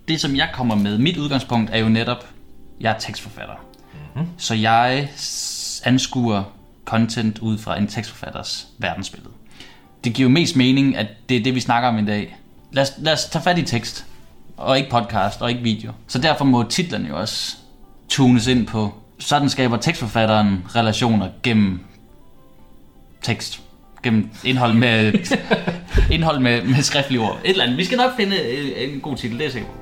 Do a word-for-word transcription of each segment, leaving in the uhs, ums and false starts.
det som jeg kommer med, mit udgangspunkt er jo netop, jeg er tekstforfatter. Mm-hmm. Så jeg anskuer content ud fra en tekstforfatters verdensbillede. Det giver jo mest mening, at det er det, vi snakker om i dag. Lad os, lad os tage fat i tekst, og ikke podcast, og ikke video. Så derfor må titlerne jo også tunes ind på. Sådan skaber tekstforfatteren relationer gennem tekst. Gennem indhold med, indhold med, med skriftlige ord. Et eller andet. Vi skal nok finde en god titel, det er sikkert.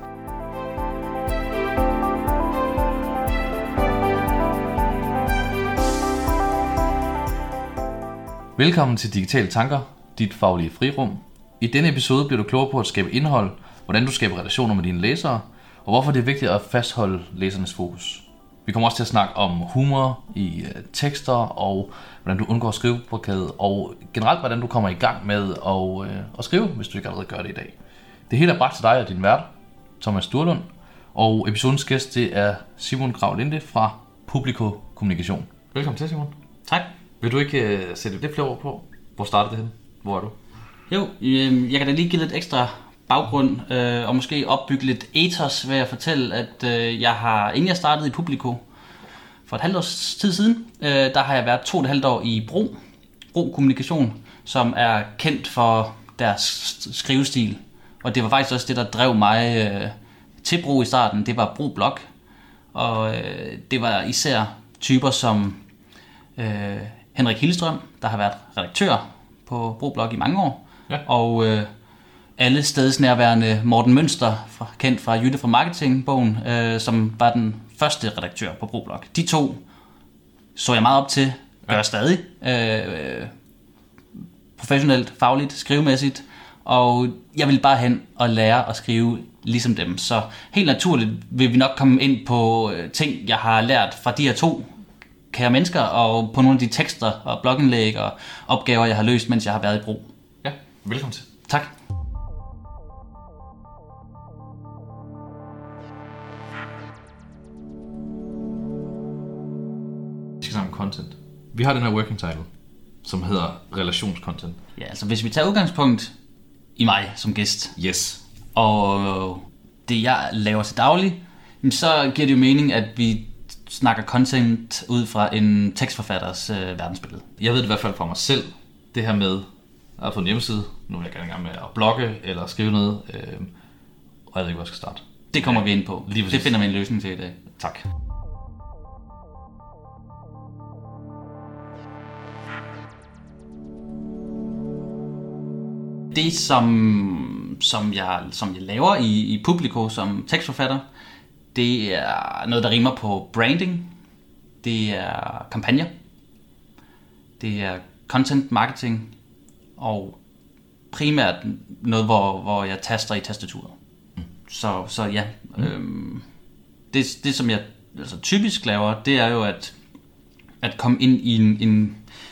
Velkommen til Digitale Tanker, dit faglige frirum. I denne episode bliver du klogere på at skabe indhold, hvordan du skaber relationer med dine læsere, og hvorfor det er vigtigt at fastholde læsernes fokus. Vi kommer også til at snakke om humor i tekster, og hvordan du undgår skriveblokade, og generelt hvordan du kommer i gang med at, øh, at skrive, hvis du ikke allerede gør det i dag. Det hele er bragt til dig og din vært, Thomas Sturlund, og episodens gæst det er Simon Grav-Linde fra Publico Kommunikation. Velkommen til, Simon. Tak. Vil du ikke uh, sætte lidt flere ord på? Hvor startede det hen? Hvor er du? Jo, øh, jeg kan da lige give lidt ekstra baggrund, øh, og måske opbygge lidt ethos ved at fortælle, at øh, jeg har, inden jeg startede i Publico for et halvt års tid siden, øh, der har jeg været to og et halvt år i Bro, Bro Kommunikation, som er kendt for deres skrivestil. Og det var faktisk også det, der drev mig øh, til Bro i starten. Det var Bro Blog, og øh, det var især typer som øh, Henrik Hillstrøm, der har været redaktør på Bro Blog i mange år, ja. og øh, alle stedsnærværende Morten Mønster, fra, kendt fra Jytte fra Marketing-bogen, øh, som var den første redaktør på Bro Blog. De to så jeg meget op til, gør jeg stadig, øh, professionelt, fagligt, skrivemæssigt, og jeg ville bare hen og lære at skrive ligesom dem. Så helt naturligt vil vi nok komme ind på ting, jeg har lært fra de her to kære mennesker, og på nogle af de tekster og blogindlæg og opgaver, jeg har løst, mens jeg har været i Bro. Ja, velkommen til. Tak. Vi skal snakke om content. Vi har den her working title, som hedder relationscontent. Ja, altså hvis vi tager udgangspunkt i mig som gæst, yes. og det jeg laver til daglig, så giver det jo mening, at vi snakker content ud fra en tekstforfatters øh, verdensbillede. Jeg ved det i hvert fald fra mig selv, det her med, jeg har fået en hjemmeside, nu er jeg gerne i gang med at blogge eller skrive noget, øh, og jeg ved ikke, hvor jeg skal starte. Det kommer ja, vi ind på. Det finder vi en løsning til i dag. Tak. Det, som, som, jeg, som jeg laver i, i Publico som tekstforfatter, det er noget, der rimer på branding, det er kampagner, det er content marketing, og primært noget, hvor, hvor jeg taster i tastaturet. Mm. Så, så ja, mm. øhm, det, det som jeg altså, typisk laver, det er jo at, at komme ind i, en, en,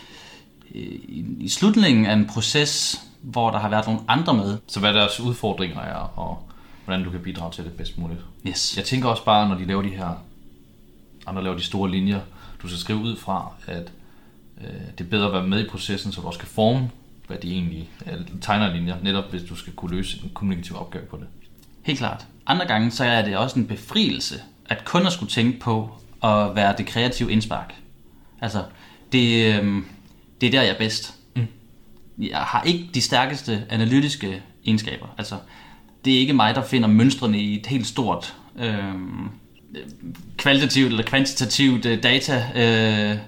i, i slutningen af en proces, hvor der har været nogle andre med. Så hvad deres udfordringer er, og hvordan du kan bidrage til det bedst muligt. Yes. Jeg tænker også bare, når de laver de her, andre laver de store linjer, du skal skrive ud fra, at øh, det er bedre at være med i processen, så du også kan forme, hvad de egentlig øh, tegner linjer, netop hvis du skal kunne løse en kommunikativ opgave på det. Helt klart. Andre gange, så er det også en befrielse, at kunder skulle tænke på at være det kreative indspark. Altså, det, øh, det er der, jeg er bedst. Mm. Jeg har ikke de stærkeste analytiske egenskaber. Altså, det er ikke mig, der finder mønstrene i et helt stort øh, kvalitativt eller kvantitativt data. Øh,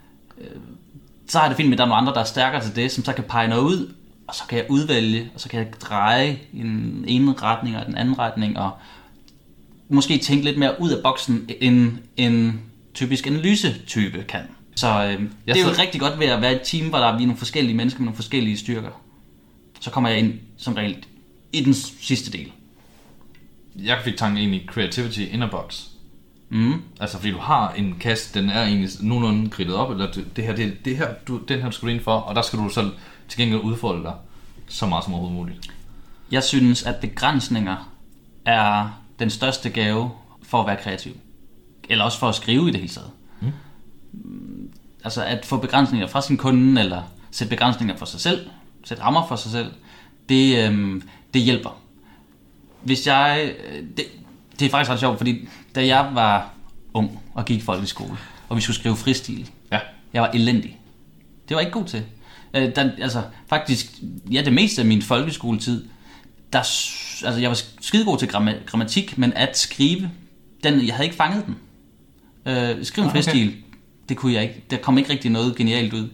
så har jeg det fint med, at der er nogle andre, der er stærkere til det, som så kan pege noget ud, og så kan jeg udvælge, og så kan jeg dreje i den ene retning og den anden retning, og måske tænke lidt mere ud af boksen, end en typisk analysetype kan. Så øh, det er jo rigtig godt ved at være et team, hvor der er nogle forskellige mennesker med nogle forskellige styrker. Så kommer jeg ind som regel i den sidste del. Jeg fik tanken egentlig creativity in a box. Mm. Altså fordi du har en kasse, den er egentlig nogenlunde kridtet op, eller det her, det, det her, du, den her skal du ind for, og der skal du så til gengæld udfolde dig så meget som overhovedet muligt. Jeg synes, at begrænsninger er den største gave for at være kreativ. Eller også for at skrive i det hele taget. Mm. Altså at få begrænsninger fra sin kunde, eller sætte begrænsninger for sig selv, sætte rammer for sig selv, det, øhm, det hjælper. hvis jeg... Det, det er faktisk ret sjovt, fordi da jeg var ung og gik i folkeskole, og vi skulle skrive fristil, ja. jeg var elendig. Det var jeg ikke god til. Øh, der, altså, faktisk, ja, det meste af min folkeskoletid, der, altså, jeg var skidegod til gram- grammatik, men at skrive, den, jeg havde ikke fanget den. Øh, skrive en fristil, okay. Det kunne jeg ikke. Der kom ikke rigtig noget genialt ud.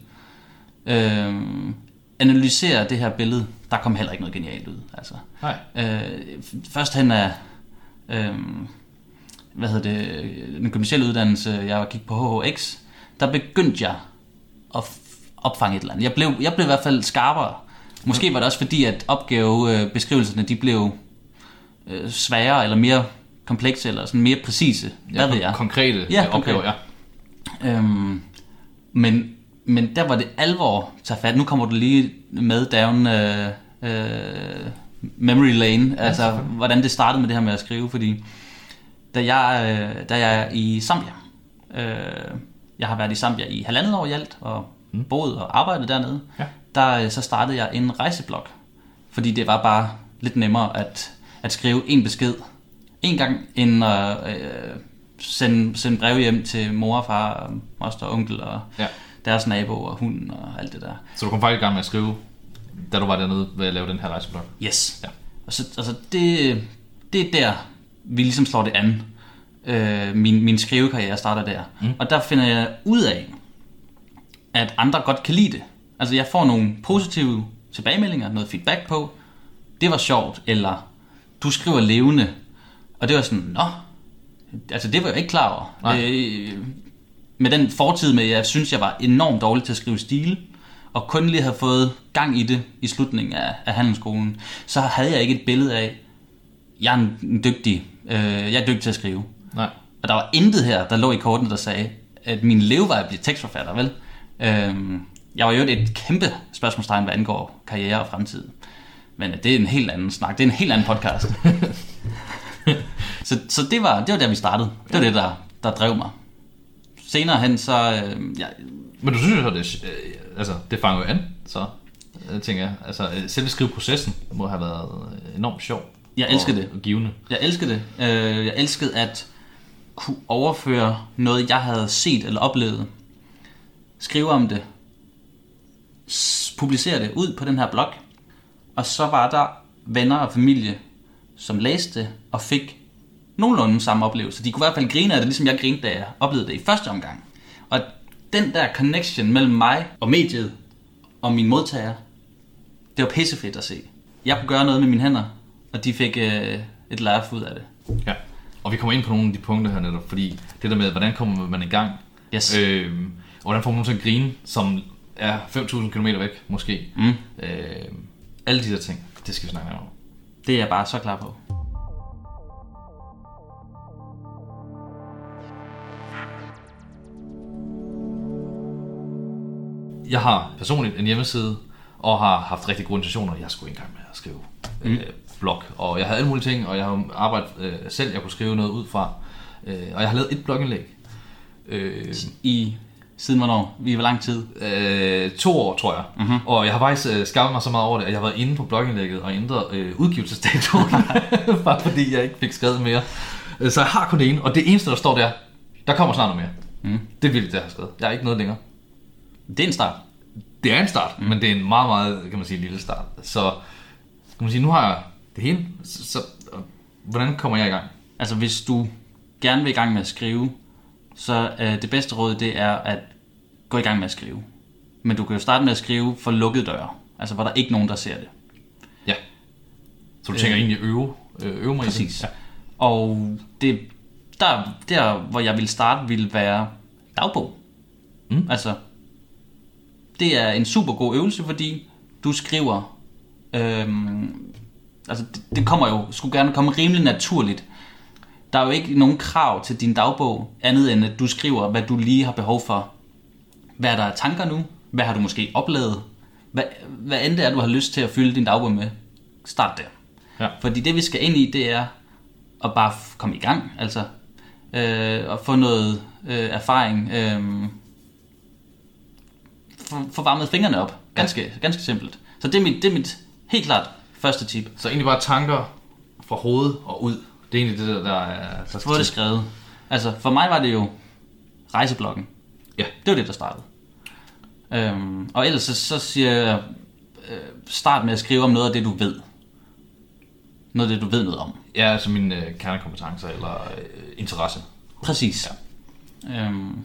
Øh, analysere det her billede, der kom heller ikke noget genialt ud. Altså. Nej. Øh, først hen af, øh, hvad hedder det, den gymnasielle uddannelse, jeg gik på H H X, der begyndte jeg at opfange et eller andet. Jeg blev, jeg blev i hvert fald skarpere. Måske var det også fordi, at opgavebeskrivelserne, de blev øh, sværere, eller mere komplekse, eller sådan mere præcise. Hvad ja, ved jeg? Konkrete ja, opgaver, ja. Øhm, men, men der var det alvor tage fat. Nu kommer du lige med down øh, øh, memory lane, altså ja, hvordan det startede med det her med at skrive, fordi da jeg, øh, da jeg er i Zambia, øh, jeg har været i Zambia i halvandet år i alt, og mm. boet og arbejdet dernede, ja. der så startede jeg en rejseblog, fordi det var bare lidt nemmere at, at skrive en besked en gang, end at øh, sende, sende brev hjem til mor og far, og moster og onkel og ja. deres nabo og hunden og alt det der. Så du kom faktisk i gang med at skrive, da du var dernede ved at lave den her rejseblog? Yes. Ja. Og så, altså det, det er der, vi ligesom slår det an. Øh, min, min skrivekarriere starter der. Mm. Og der finder jeg ud af, at andre godt kan lide det. Altså jeg får nogle positive tilbagemeldinger, noget feedback på, det var sjovt, eller du skriver levende, og det var sådan, nå, altså det var jeg ikke klar over. Øh, med den fortid med, jeg synes jeg var enormt dårlig til at skrive stil, og kun lige havde fået gang i det i slutningen af, af handelsskolen, så havde jeg ikke et billede af, jeg er en dygtig, øh, jeg er dygtig til at skrive. Nej. Og der var intet her, der lå i kortene, der sagde, at min levevej bliver tekstforfatter, vel? Øh, jeg var jo et kæmpe spørgsmålstegn, hvad angår karriere og fremtid. Men det er en helt anden snak, det er en helt anden podcast. så så det, var, det var der, vi startede. Det var det, der, der drev mig. Senere hen, så... Øh, ja. Men du synes jo, det, øh, altså, det fanger jo an, så øh, tænker jeg. Altså, selve skriveprocessen må have været enormt sjov. Jeg elskede det. Og givende. Jeg elskede det. Øh, jeg elskede at kunne overføre noget, jeg havde set eller oplevet. Skrive om det. Publicere det ud på den her blog. Og så var der venner og familie, som læste og fik nogenlunde samme oplevelse. De kunne i hvert fald grine af det, ligesom jeg grinede, da jeg oplevede det i første omgang. Og den der connection mellem mig og mediet og min modtager, det var pissefedt at se. Jeg kunne gøre noget med mine hænder, og de fik øh, et laugh ud af det. Ja, og vi kommer ind på nogle af de punkter her netop, fordi det der med, hvordan kommer man i gang, yes. øh, og hvordan får man til at grine, som er fem tusind kilometer væk, måske. Mm. Øh, alle de der ting, det skal vi snakke om. Det er jeg bare så klar på. Jeg har personligt en hjemmeside, og har haft rigtig gode intentioner. Jeg skulle ikke engang med at skrive mm. øh, blog, og jeg havde alle mulige ting, og jeg har arbejdet øh, selv, jeg kunne skrive noget ud fra. Øh, og jeg har lavet et blogindlæg. Øh, I siden hvornår? I hvor lang tid? Øh, to år, tror jeg. Mm-hmm. Og jeg har faktisk øh, skammet mig så meget over det, at jeg har været inde på blogindlægget og ændret øh, udgivelsesdatoen, bare fordi jeg ikke fik skrevet mere. Så jeg har kun det ene, og det eneste, der står der, der kommer snart noget mere. Mm. Det er vildt, det jeg har skrevet. Jeg har ikke noget længere. Det er en start. Det er en start, mm. men det er en meget, meget, kan man sige, lille start. Så kan man sige, nu har jeg det hele, så, så hvordan kommer jeg i gang? Altså hvis du gerne vil i gang med at skrive, så øh, det bedste råd, det er at gå i gang med at skrive. Men du kan jo starte med at skrive for lukkede døre, altså hvor der ikke nogen, der ser det. Ja. Så du tænker øh, egentlig øve, øh, øve mig præcis. Ja. Og det, der, der, hvor jeg vil starte, vil være dagbog. Mm. Altså, det er en super god øvelse, fordi du skriver, øhm, altså det, det kommer jo, skulle gerne komme rimelig naturligt. Der er jo ikke nogen krav til din dagbog, andet end at du skriver, hvad du lige har behov for. Hvad er der af tanker nu? Hvad har du måske oplevet? Hvad, hvad end det er, du har lyst til at fylde din dagbog med? Start der. Ja. Fordi det, vi skal ind i, det er at bare komme i gang. Altså, øh, at få noget øh, erfaring. Øh, få varmet fingrene op. Ganske, ja. ganske simpelt. Så det er, mit, det er mit helt klart første tip. Så egentlig bare tanker fra hovedet og ud. Det er egentlig det, der, der er... Der Få det skrevet. Altså, for mig var det jo rejsebloggen. Ja. Det var det, der startede. Øhm, og ellers så, så siger jeg, øh, start med at skrive om noget af det, du ved. Noget af det, du ved noget om. Ja, altså mine øh, kernekompetencer eller øh, interesse. Præcis. Ja. Øhm,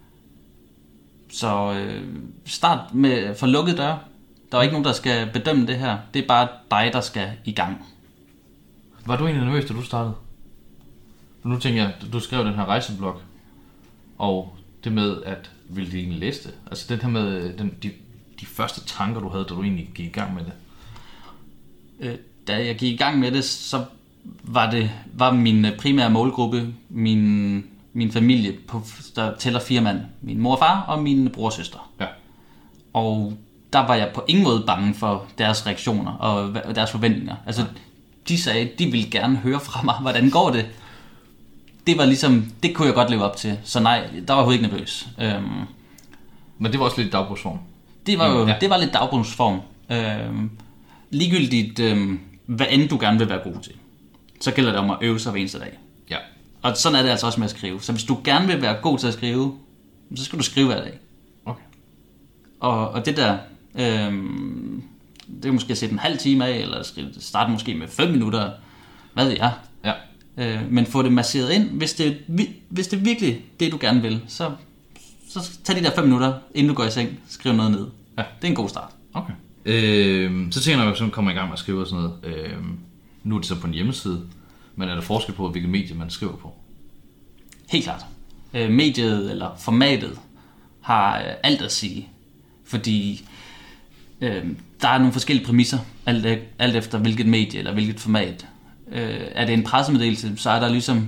så øh, start med for lukkede døre. Der er ikke nogen, der skal bedømme det her. Det er bare dig, der skal i gang. Var du egentlig nervøs, da du startede? Nu tænker jeg, du skrev den her rejseblog, og det med, at ville de egentlig læse det? Altså den her med den, de, de første tanker, du havde, da du egentlig gik i gang med det? Øh, da jeg gik i gang med det, så var det var min primære målgruppe, min, min familie, på, der tæller fire mand. Min mor og far og min bror og søster. Ja. Og der var jeg på ingen måde bange for deres reaktioner og deres forventninger. Altså, ja. De sagde, de ville gerne høre fra mig, hvordan går det? Det var ligesom, det kunne jeg godt leve op til. Så nej, der var jeg overhovedet ikke nervøs. Øhm, Men det var også lidt dagbrugsform. Det var jo, ja. det var lidt dagbrugsform. Øhm, ligegyldigt, øhm, hvad end du gerne vil være god til, så gælder det om at øve sig hver eneste dag. Ja. Og sådan er det altså også med at skrive. Så hvis du gerne vil være god til at skrive, så skal du skrive hver dag. Okay. Og, og det der, øhm, det kan måske sætte en halv time af, eller starte måske med fem minutter, hvad ved jeg. Ja. Øh, men få det masseret ind. Hvis det, hvis det er virkelig det, du gerne vil, så, så tag de der fem minutter, inden du går i seng, skriv noget ned. Ja. Det er en god start. Okay. Øh, så tænker jeg, når jeg kommer i gang med at skrive og sådan noget. Øh, nu er det så på en hjemmeside, men er der forskel på, hvilket medie man skriver på? Helt klart. Øh, mediet eller formatet har øh, alt at sige. Fordi øh, der er nogle forskellige præmisser, alt, alt efter hvilket medie eller hvilket format. Øh, er det en pressemeddelelse, så er der ligesom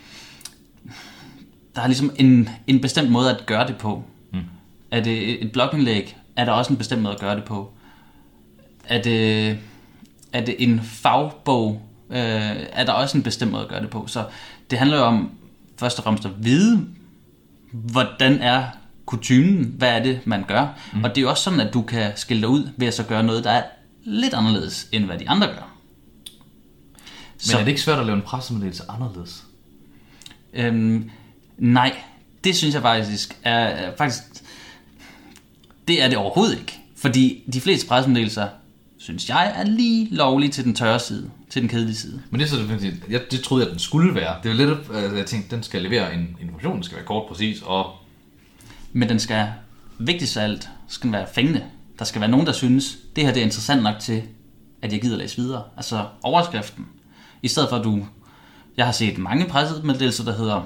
der er ligesom en, en bestemt måde at gøre det på. Mm. Er det et blogindlæg, er der også en bestemt måde at gøre det på. Er det, er det en fagbog, øh, er der også en bestemt måde at gøre det på. Så det handler jo om først og fremmest at vide, hvordan er kutymen, hvad er det, man gør. Mm. Og det er jo også sådan, at du kan skille dig ud ved at så gøre noget, der er lidt anderledes, end hvad de andre gør. Men så, er det ikke svært at lave en pressemeddelelse anderledes? Øhm, nej, det synes jeg faktisk er, er faktisk, det er det overhovedet ikke. Fordi de fleste pressemeddelelser, synes jeg, er lige lovlige til den tørre side, til den kedelige side. Men det er så det, jeg, det troede jeg, den skulle være. Det er lidt, altså, jeg tænkte, den skal levere en information, den skal være kort, præcis, og... Men den skal, vigtigst af alt, skal den være fængende. Der skal være nogen, der synes, det her det er interessant nok til, at jeg gider læse videre. Altså overskriften. I stedet for at du... Jeg har set mange pressemeddelelser, der hedder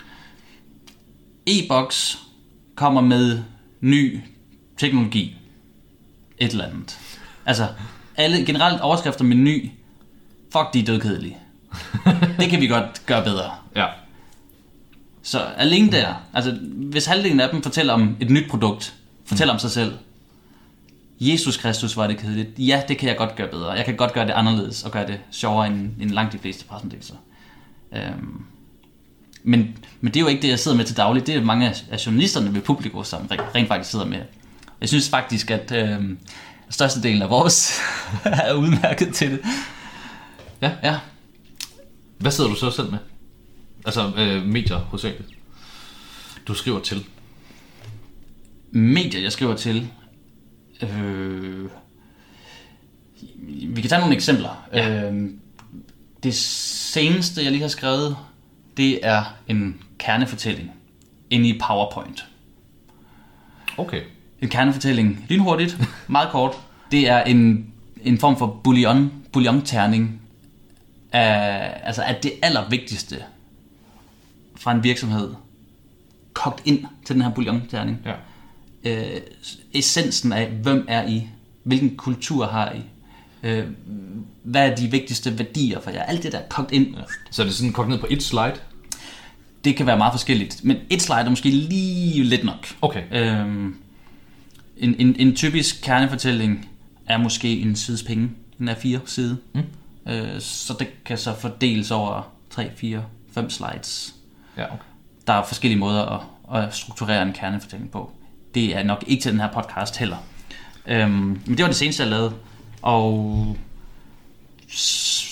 e-boks kommer med ny teknologi. Et eller andet. Altså, alle generelt overskrifter med ny. Fuck, de er dødkedelige. Det kan vi godt gøre bedre. Ja. Så alene der, altså hvis halvdelen af dem fortæller om et nyt produkt, fortæller om sig selv. Jesus Kristus var det kedeligt. Ja, det kan jeg godt gøre bedre. Jeg kan godt gøre det anderledes og gøre det sjovere end, end langt de fleste pressemeddelelser. Øhm, men, men det er jo ikke det, jeg sidder med til daglig. Det er mange af journalisterne ved Publico, som rent faktisk sidder med. Jeg synes faktisk, at øhm, størstedelen af vores er udmærket til det. Ja. Ja. Hvad sidder du så selv med? Altså øh, medier hovedsageligt. Du skriver til. Medier, jeg skriver til. Øh, vi kan tage nogle eksempler. Ja. Øh, det seneste, jeg lige har skrevet, det er en kernefortælling inde i PowerPoint. Okay. En kernefortælling, lynhurtigt, meget kort. Det er en, en form for bouillon, bouillon-terning af, altså af det allervigtigste fra en virksomhed kogt ind til den her bouillon-terning. Ja. Øh, essensen af, hvem er I, hvilken kultur har I, øh, hvad er de vigtigste værdier for jer, alt det der kogt ind. Så er det sådan kogt ned på et slide? Det kan være meget forskelligt, men et slide er måske lige lidt nok. Okay. Øh, en, en, en typisk kernefortælling er måske en sides penge, en A fire side, mm. øh, så det kan så fordeles over tre, fire, fem slides. Ja, okay. Der er forskellige måder at, at strukturere en kernefortælling på. Det er nok ikke til den her podcast heller. Øhm, men det var det seneste, jeg lavede. Og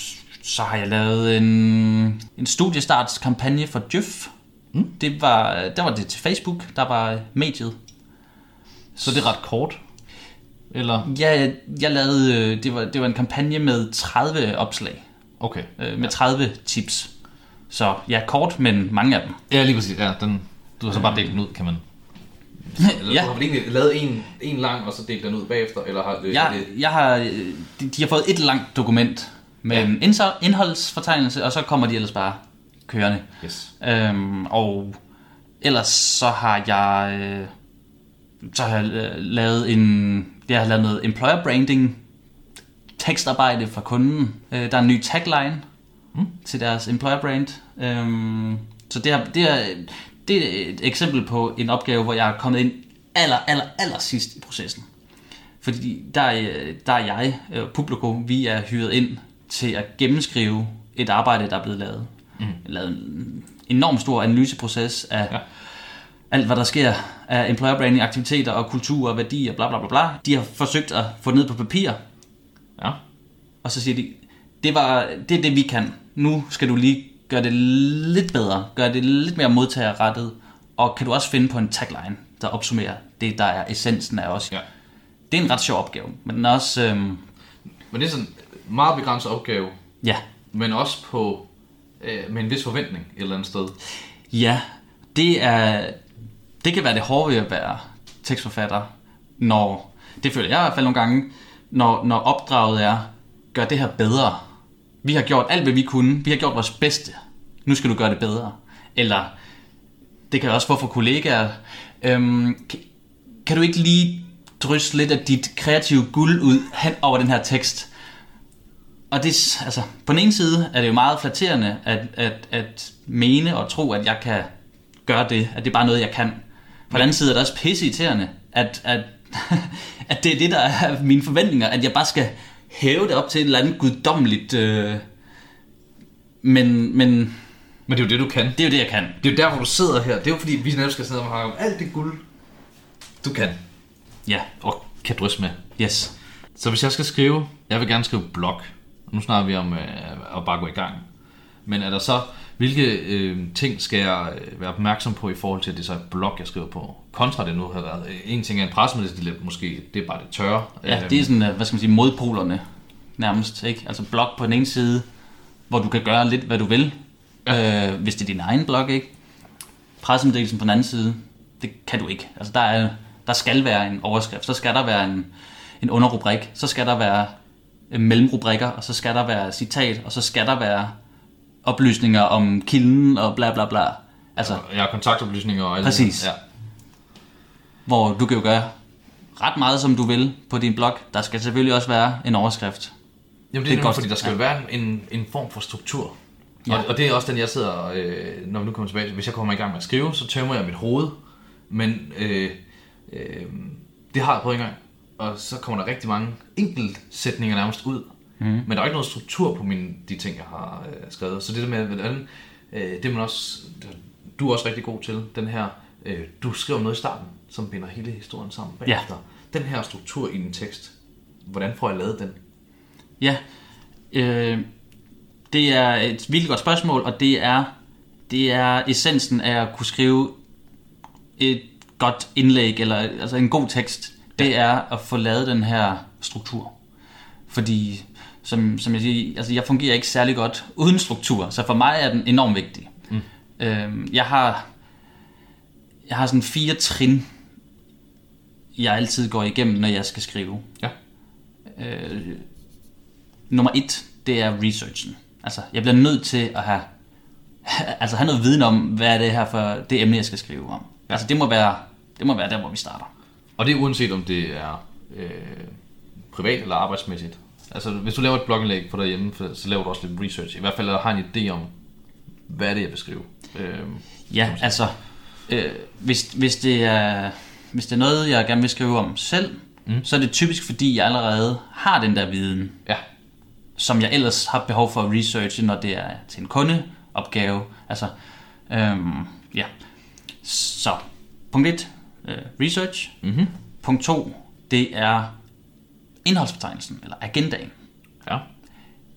Så har jeg lavet en, en studiestartskampagne for Djøf. Mm. Det var, der var det til Facebook, der var mediet. Så det er ret kort? Eller? Ja, jeg, jeg lavede, det var, det var en kampagne med tredive opslag. Okay. Med ja. tredive tips. Så ja, kort, men mange af dem. Ja, lige præcis. Ja, den, du har så bare delt den ud, kan man... Eller ja. Du har vel egentlig lavet en, en lang, og så delt den ud bagefter? Eller har det, jeg, det... jeg har, de, de har fået et langt dokument med ja. en indholdsfortegnelse, og så kommer de ellers bare kørende. Yes. Øhm, og ellers så har jeg, øh, så har jeg lavet en, jeg har lavet noget employer branding, tekstarbejde for kunden. Øh, der er en ny tagline mm. til deres employer brand. Øhm, så det, har, det er... Det er et eksempel på en opgave, hvor jeg er kommet ind aller, aller, aller sidst i processen. Fordi der er, der er jeg, Publico, vi er hyret ind til at gennemskrive et arbejde, der er blevet lavet. Mm. Lavet en enormt stor analyseproces af ja. alt, hvad der sker af employer branding aktiviteter og kultur og værdier, bla bla bla bla. De har forsøgt at få det ned på papir. Ja. Og så siger de, det, var, det er det, vi kan. Nu skal du lige gør det lidt bedre, gør det lidt mere modtagerrettet, og kan du også finde på en tagline, der opsummerer det, der er essensen af os. Ja. Det er en ret sjov opgave, men den er også... Øhm... Men det er sådan en meget begrænset opgave, ja. men også på øh, med en vis forventning et eller andet sted. Ja, det er det kan være det hårde ved at være tekstforfatter, når, det føler jeg i hvert fald nogle gange, når, når opdraget er, gør det her bedre. Vi har gjort alt, hvad vi kunne. Vi har gjort vores bedste. Nu skal du gøre det bedre. Eller, det kan også få for kollegaer. Øhm, kan, kan du ikke lige drysse lidt af dit kreative guld ud hen over den her tekst? Og det, altså, på den ene side er det jo meget flatterende at, at, at mene og tro, at jeg kan gøre det. At det er bare noget, jeg kan. På den anden side er det også pisseirriterende, at, at, at det er det, der er mine forventninger. At jeg bare skal... hæve det op til et eller andet guddommeligt, øh, men, men... Men det er jo det, du kan. Det er jo det, jeg kan. Det er jo der, hvor du sidder her. Det er jo fordi, vi netop skal sidde og have alt det guld, du kan. Ja. Og kan drysse med. Yes. Så hvis jeg skal skrive, jeg vil gerne skrive blog. Nu snakker vi om øh, at bare gå i gang. Men er der så, hvilke øh, ting skal jeg være opmærksom på i forhold til, at det er så et blog, jeg skriver på? Kontra det nu har været. En ting er en pressemeddelelse, måske det er bare det tørre. Ja, det er sådan, hvad skal man sige, modpolerne nærmest, ikke? Altså blog på den ene side, hvor du kan gøre lidt, hvad du vil, ja. øh, hvis det er din egen blog, ikke? Pressemeddelelsen på den anden side, det kan du ikke. Altså der, er, der skal være en overskrift, så skal der være en, en underrubrik, så skal der være mellemrubrikker, og så skal der være citat, og så skal der være oplysninger om kilden og bla bla bla. Altså, ja, kontaktoplysninger og alt. Præcis. Ja. Hvor du kan jo gøre ret meget, som du vil på din blog. Der skal selvfølgelig også være en overskrift. Jamen det, det er, er godt, fordi der skal ja. være en, en form for struktur. Ja. Og, og det er også den, jeg sidder, øh, når vi nu kommer tilbage, hvis jeg kommer i gang med at skrive, så tømmer jeg mit hoved. Men øh, øh, det har jeg prøvet en gang. Og så kommer der rigtig mange enkeltsætninger nærmest ud. Mm. Men der er ikke noget struktur på mine, de ting, jeg har øh, skrevet. Så det der med, hvordan, øh, det man også, du er også rigtig god til, den her, øh, du skriver noget i starten, som binder hele historien sammen bagefter. Ja. Den her struktur i din tekst, hvordan får jeg lavet den? Ja, øh, det er et virkelig godt spørgsmål, og det er, det er essensen af at kunne skrive et godt indlæg, eller altså en god tekst. Det ja. er at få lavet den her struktur. Fordi, som, som jeg siger, altså jeg fungerer ikke særlig godt uden struktur, så for mig er den enormt vigtig. Mm. Øh, jeg har jeg har sådan fire trin, jeg altid går igennem, når jeg skal skrive. Ja. Øh, nummer et, det er researchen. Altså, jeg bliver nødt til at have, altså have noget viden om, hvad er det her for det emne, jeg skal skrive om. Ja. Altså, det må være, det må være der, hvor vi starter. Og det er uanset om det er øh, privat eller arbejdsmæssigt. Altså, hvis du laver et blogindlæg på derhjemme, så laver du også lidt research. I hvert fald har en idé om, hvad er det, jeg vil skrive. Øh, ja, altså, øh, hvis, hvis, det er, hvis det er noget, jeg gerne vil skrive om selv, mm. så er det typisk, fordi jeg allerede har den der viden, ja. som jeg ellers har behov for at researche, når det er til en kundeopgave. Altså, øhm, ja. Så, punkt et, øh, research. Mm-hmm. Punkt to, det er indholdsfortegnelsen, eller agendaen. Ja.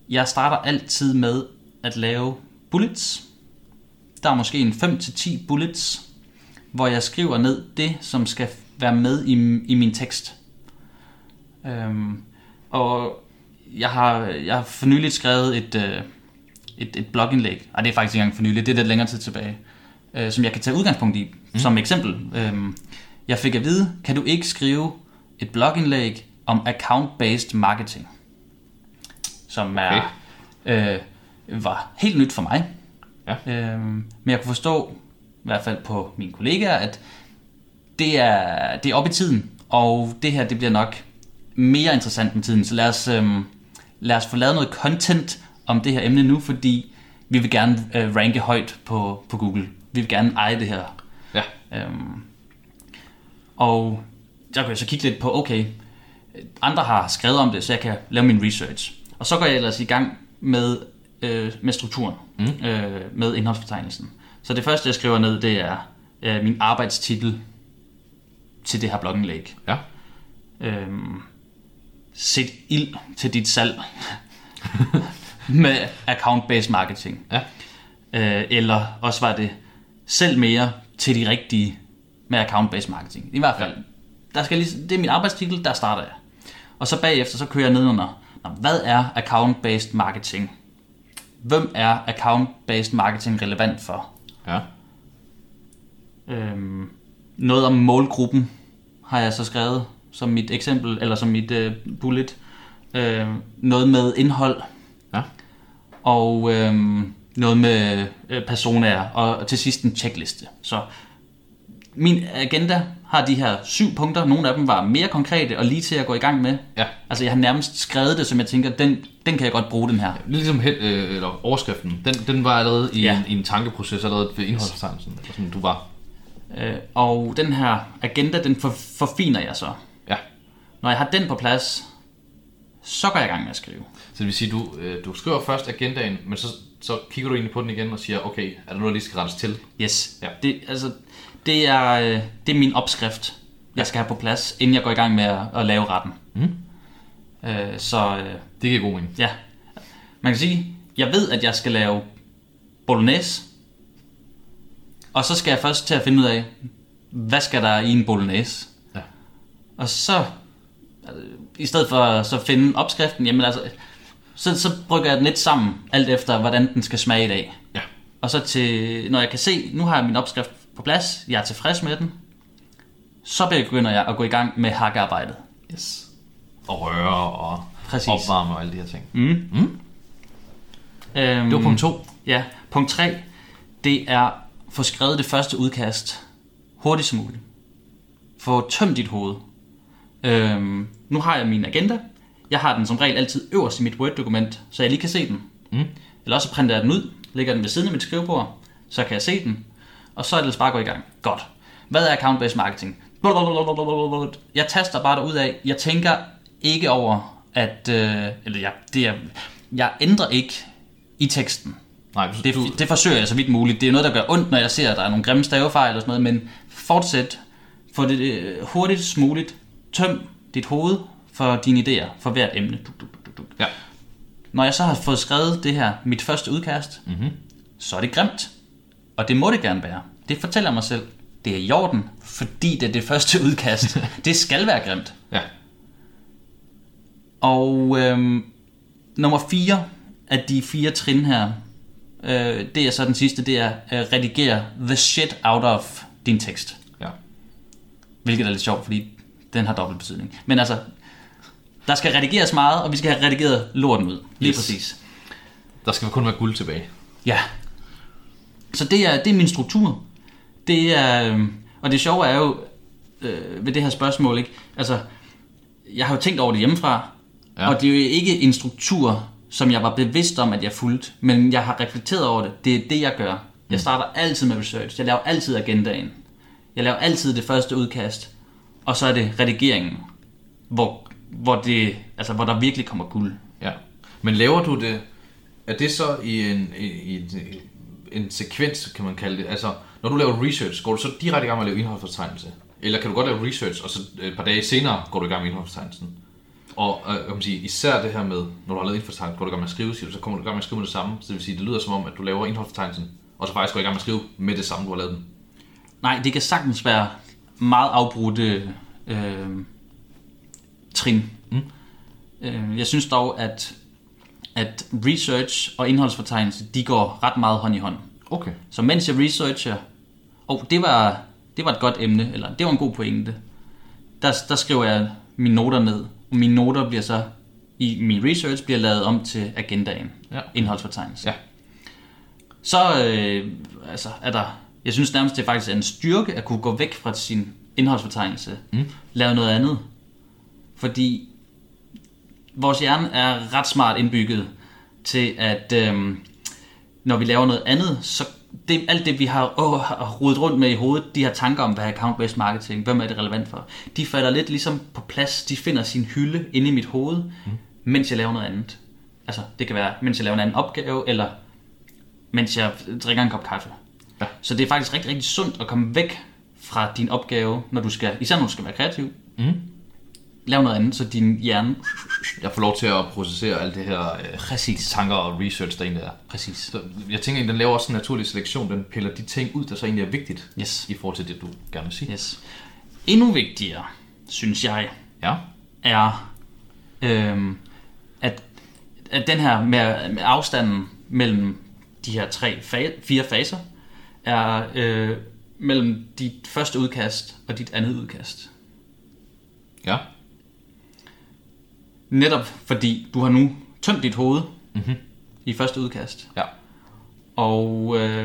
jeg starter altid med at lave bullets. Der er måske en fem til ti bullets, hvor jeg skriver ned det, som skal være med i, i min tekst. Øhm, og jeg har, jeg har for nyligt skrevet et, øh, et, et blogindlæg, og det er faktisk ikke engang for nyligt, det er lidt længere tid tilbage, øh, som jeg kan tage udgangspunkt i, mm. som eksempel. Øhm, jeg fik at vide, kan du ikke skrive et blogindlæg om account-based marketing, som er, okay. øh, var helt nyt for mig. Ja. Øhm, men jeg kunne forstå, i hvert fald på mine kollegaer, at det er, det er op i tiden, og det her det bliver nok mere interessant med tiden. Så lad os, øhm, lad os få lavet noget content om det her emne nu, fordi vi vil gerne øh, ranke højt på, på Google. Vi vil gerne eje det her. Ja. Øhm, og der kan jeg så kigge lidt på, okay, andre har skrevet om det, så jeg kan lave min research. Og så går jeg ellers i gang med, øh, med strukturen, mm. øh, med indholdsfortegnelsen. Så det første, jeg skriver ned, det er øh, min arbejdstitel til det her blogindlæg. Ja. Øhm, sæt ild til dit salg med account-based marketing. Ja. Øh, eller også var det selv mere til de rigtige med account-based marketing. I hvert fald, ja. der skal lige, det er min arbejdstitel, der starter jeg. Og så bagefter, så kører jeg ned under, hvad er account-based marketing? Hvem er account-based marketing relevant for? Ja. Øhm, noget om målgruppen har jeg så skrevet som mit eksempel, eller som mit øh, bullet. Øh, noget med indhold. Ja. Og øh, noget med øh, personer, og til sidst en checkliste. Så min agenda har de her syv punkter. Nogle af dem var mere konkrete og lige til at gå i gang med. Ja. Altså jeg har nærmest skrevet det, som jeg tænker, den, den kan jeg godt bruge, den her. Ja, ligesom head, øh, eller overskriften, den, den var allerede i, ja. en, i en tankeproces, allerede ved indholdsfortegnelsen, eller sådan du var. Øh, og den her agenda, den for, forfiner jeg så. Ja. Når jeg har den på plads, så går jeg i gang med at skrive. Så det vil sige, du, øh, du skriver først agendaen, men så, så kigger du egentlig på den igen og siger, okay, er der noget, der lige skal rettes til? Yes. Ja. Det, altså, det, er, det er min opskrift, jeg skal have på plads, inden jeg går i gang med at, at lave retten. Mm. Øh, så, øh, det giver god mening. Ja. Man kan sige, jeg ved, at jeg skal lave bolognese, og så skal jeg først til at finde ud af, hvad skal der i en bolognese? Ja. Og så, altså, i stedet for at så finde opskriften, jamen altså, så, så brygger jeg den lidt sammen, alt efter hvordan den skal smage i dag. Ja. Og så til, når jeg kan se, nu har jeg min opskrift på plads, jeg er tilfreds med den, så begynder jeg at gå i gang med hakkearbejdet. Yes. Og røre og Præcis. opvarme og alle de her ting. Mm. Mm. Øhm, det var punkt to. Ja, punkt tre, det er få skrevet det første udkast hurtigt som muligt. Få tømt dit hoved. Øhm, nu har jeg min agenda. Jeg har den som regel altid øverst i mit Word-dokument, så jeg lige kan se den. Mm. Eller også printer jeg den ud, lægger den ved siden af mit skrivebord, så kan jeg se den. Og så er det bare at gå i gang. Godt. Hvad er account-based marketing? Jeg taster bare derud af. Jeg tænker ikke over, at... Øh, eller jeg, det er, jeg ændrer ikke i teksten. Nej, du, det, det forsøger jeg så vidt muligt. Det er noget, der gør ondt, når jeg ser, at der er nogle grimme stavefejl og sådan noget, men fortsæt. Få det hurtigst muligt. Tøm dit hoved for dine idéer, for hvert emne. Ja. Når jeg så har fået skrevet det her, mit første udkast, mm-hmm. så er det grimt. Og det må det gerne være. Det fortæller mig selv. Det er i orden, fordi det er det første udkast. Det skal være grimt. Ja. Og øhm, nummer fire af de fire trin her, øh, det er så den sidste, det er øh, redigere the shit out of din tekst. Ja. Hvilket er lidt sjovt, fordi den har dobbelt betydning. Men altså, der skal redigeres meget, og vi skal have redigeret lorten ud. Lige yes. Præcis. Der skal kun være guld tilbage. Ja. Så det er, det er min struktur. Det er, og det sjove er jo øh, ved det her spørgsmål, ikke? Altså, jeg har jo tænkt over det hjemmefra, ja. Og det er jo ikke en struktur, som jeg var bevidst om, at jeg fulgte, men jeg har reflekteret over det. Det er det, jeg gør. Jeg starter altid med research. Jeg laver altid agendaen. Jeg laver altid det første udkast, og så er det redigeringen, hvor, hvor, det, altså, hvor der virkelig kommer guld. Ja. Men laver du det, er det så i en, i, i en, en sekvens, kan man kalde det? Altså, når du laver research, går du så direkte i gang med at lave indholdsfortegnelse? Eller kan du godt lave research, og så et par dage senere går du i gang med indholdsfortegnelsen? Og øh, kan man sige, især det her med, når du har lavet indholdsfortegnelsen, går du i gang med at skrive, siger du, så kommer du i gang med at skrive med det samme. Så det vil sige, det lyder som om, at du laver indholdsfortegnelsen, og så faktisk går i gang med at skrive med det samme, du har lavet den. Nej, det kan sagtens være meget afbrudte øh, trin. Mm. Øh, jeg synes dog, at, at research og indholdsfortegnelse, de går ret meget hånd i hånd. Okay. Så mens jeg researcher, og det var, det var et godt emne, eller det var en god pointe, der, der skriver jeg mine noter ned. Og mine noter bliver så, i min research, bliver lavet om til agendaen, ja. Indholdsfortegnelse. Ja. Så øh, altså, er der, jeg synes nærmest, det er faktisk en styrke at kunne gå væk fra sin indholdsfortegnelse, mm. lave noget andet. Fordi vores hjerne er ret smart indbygget til, at øh, når vi laver noget andet, så det, alt det, vi har, åh, har rodet rundt med i hovedet, de her tanker om, hvad er account-based marketing, hvem er det relevant for, de falder lidt ligesom på plads, de finder sin hylde inde i mit hoved, mm. mens jeg laver noget andet. Altså, det kan være, mens jeg laver en anden opgave, eller mens jeg drikker en kop kaffe. Ja. Så det er faktisk rigtig, rigtig sundt at komme væk fra din opgave, når du skal, især når du skal være kreativ. Mm. Lav noget andet, så din hjerne... Jeg får lov til at processere alt det her øh, tanker og research, der egentlig er. Præcis. Så jeg tænker, at den laver også en naturlig selektion. Den piller de ting ud, der så egentlig er vigtigt, yes. i forhold til det, du gerne vil sige. Yes. Endnu vigtigere, synes jeg, ja. er, øhm, at, at den her med, med afstanden mellem de her tre, fa- fire faser, er øh, mellem dit første udkast og dit andet udkast. Ja. Netop fordi du har nu tømt dit hoved mm-hmm. i første udkast. Ja. Og øh,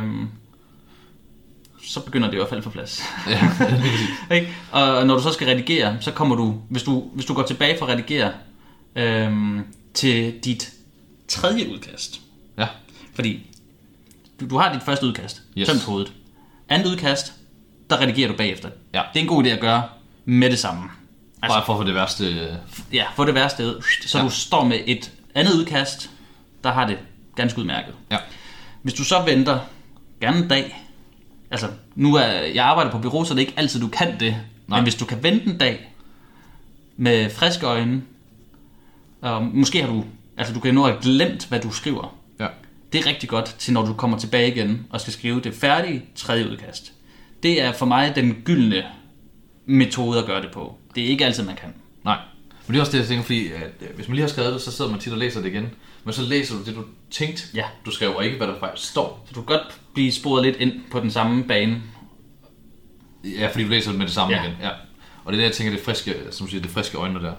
så begynder det i hvert fald på plads. Ja, ikke? Og når du så skal redigere, så kommer du, hvis du, hvis du går tilbage for at redigere øh, til dit tredje udkast. Ja. Fordi du, du har dit første udkast, yes. tømt hovedet. Andet udkast, der redigerer du bagefter. Ja. Det er en god idé at gøre med det samme. Altså, bare for at få det værste... Ja, få det værste ud. Så ja. Du står med et andet udkast, der har det ganske udmærket. Ja. Hvis du så venter, gerne en dag, altså nu er jeg arbejder på bureau, så det er ikke altid du kan det, nej. Men hvis du kan vente en dag med friske øjne, og måske har du, altså du kan nå at glemt, hvad du skriver. Ja. Det er rigtig godt til, når du kommer tilbage igen og skal skrive det færdige tredje udkast. Det er for mig den gyldne metode at gøre det på. Det er ikke altid, man kan. Nej. Men det er også det, jeg tænker, fordi at hvis man lige har skrevet det, så sidder man tit og læser det igen. Men så læser du det, du tænkte, ja. Du skrev, og ikke hvad der faktisk står. Så du kan godt blive sporet lidt ind på den samme bane. Ja, fordi du læser det med det samme ja. igen. Ja. Og det er det, jeg tænker, det friske, som siger, det friske øjne der.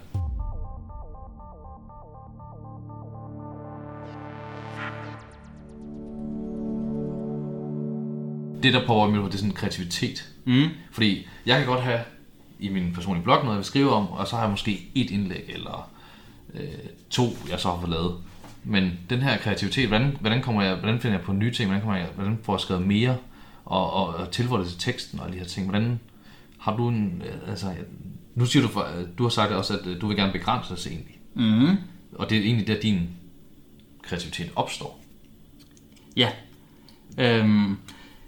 Det, der påvirker mig, det er sådan kreativitet. Mm. Fordi jeg kan godt have i min personlige blog noget, jeg vil skrive om, og så har jeg måske et indlæg, eller øh, to, jeg så har fået lavet. Men den her kreativitet, hvordan, hvordan, kommer jeg, hvordan finder jeg på nye ting, hvordan, kommer jeg, hvordan får jeg skrevet mere, og, og, og tilføjer det til teksten, og de her ting. Hvordan har du en, altså, nu siger du, for, du har sagt også, at du vil gerne begrænse dig egentlig. Mm. Og det er egentlig der, din kreativitet opstår. Ja. Øhm,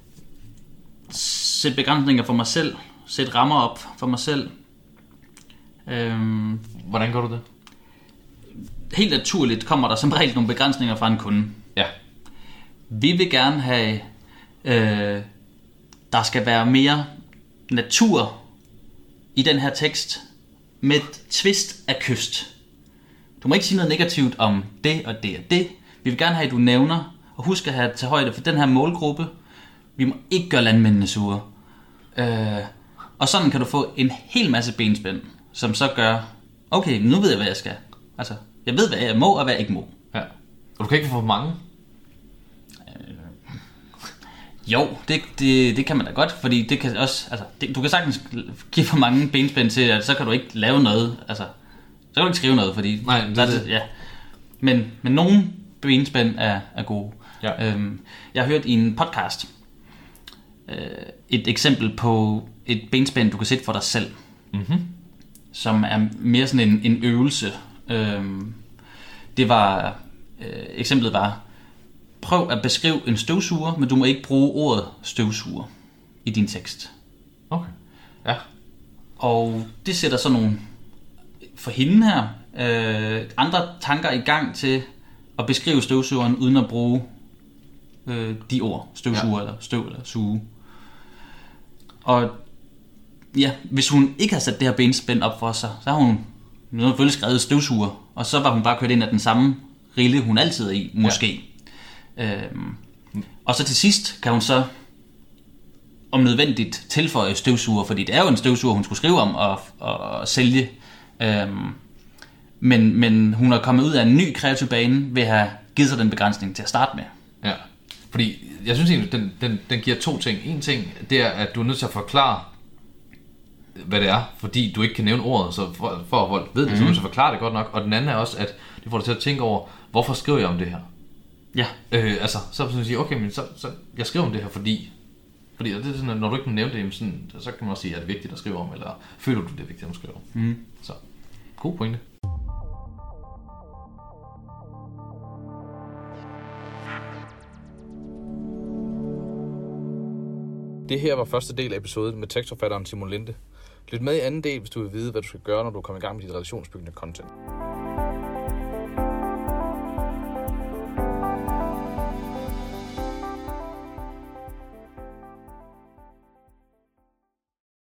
sæt begrænsninger for mig selv. Sæt rammer op for mig selv. Øhm, Hvordan gør du det? Helt naturligt kommer der som regel nogle begrænsninger fra en kunde. Ja. Vi vil gerne have, øh, der skal være mere natur i den her tekst med et twist af kyst. Du må ikke sige noget negativt om det og det og det. Vi vil gerne have, at du nævner, og husk at have til højde for den her målgruppe. Vi må ikke gøre landmændene sure. Øh, og sådan kan du få en hel masse benspænd, som så gør, okay, nu ved jeg, hvad jeg skal. Altså, jeg ved, hvad jeg må og hvad jeg ikke må. Ja. Og du kan ikke få for mange? Øh, jo, det, det, det kan man da godt, fordi det kan også, altså, det, du kan sagtens give for mange benspænd til, at så kan du ikke lave noget, altså, så kan du ikke skrive noget, fordi... Nej, det er det. Ja. Men, men nogle benspænd er, er gode. Ja. Øhm, jeg har hørt i en podcast øh, et eksempel på et benspænd, du kan sætte for dig selv, mm-hmm. som er mere sådan en, en øvelse. Øhm, det var, øh, eksemplet var, prøv at beskrive en støvsuger, men du må ikke bruge ordet støvsuger i din tekst. Okay, ja. Og det sætter så nogle, for hende her, øh, andre tanker i gang til at beskrive støvsugeren, uden at bruge øh, de ord, støvsuger ja. eller støv eller suge. Og ja, hvis hun ikke havde sat det her benspænd op for sig, så har hun selvfølgelig skrevet støvsuger, og så var hun bare kørt ind af den samme rille, hun altid er i, måske. Ja. Øhm, og så til sidst kan hun så om nødvendigt tilføje støvsuger, fordi det er jo en støvsuger, hun skulle skrive om og, og, og sælge. Øhm, men, men hun er kommet ud af en ny kreativ bane ved at have givet sig den begrænsning til at starte med. Ja, fordi jeg synes egentlig, den, den, den giver to ting. En ting, det er, at du er nødt til at forklare, hvad det er, fordi du ikke kan nævne ordet, så for, for at folk ved det, mm-hmm. så er du nødt til at forklare det godt nok. Og den anden er også, at det får dig til at tænke over, hvorfor skriver jeg om det her? Ja. Øh, altså, så vil jeg sige, okay, men så, så jeg skriver om det her, fordi Fordi det er sådan, at når du ikke kan nævne det, sådan, så kan man også sige, at det er vigtigt at skrive om, eller føler du, det er vigtigt at skrive om. Mm. Så, god pointe. Det her var første del af episoden med tekstforfatteren Simon Linde. Lyt med i anden del, hvis du vil vide, hvad du skal gøre, når du kommer i gang med dit relationsbyggende content.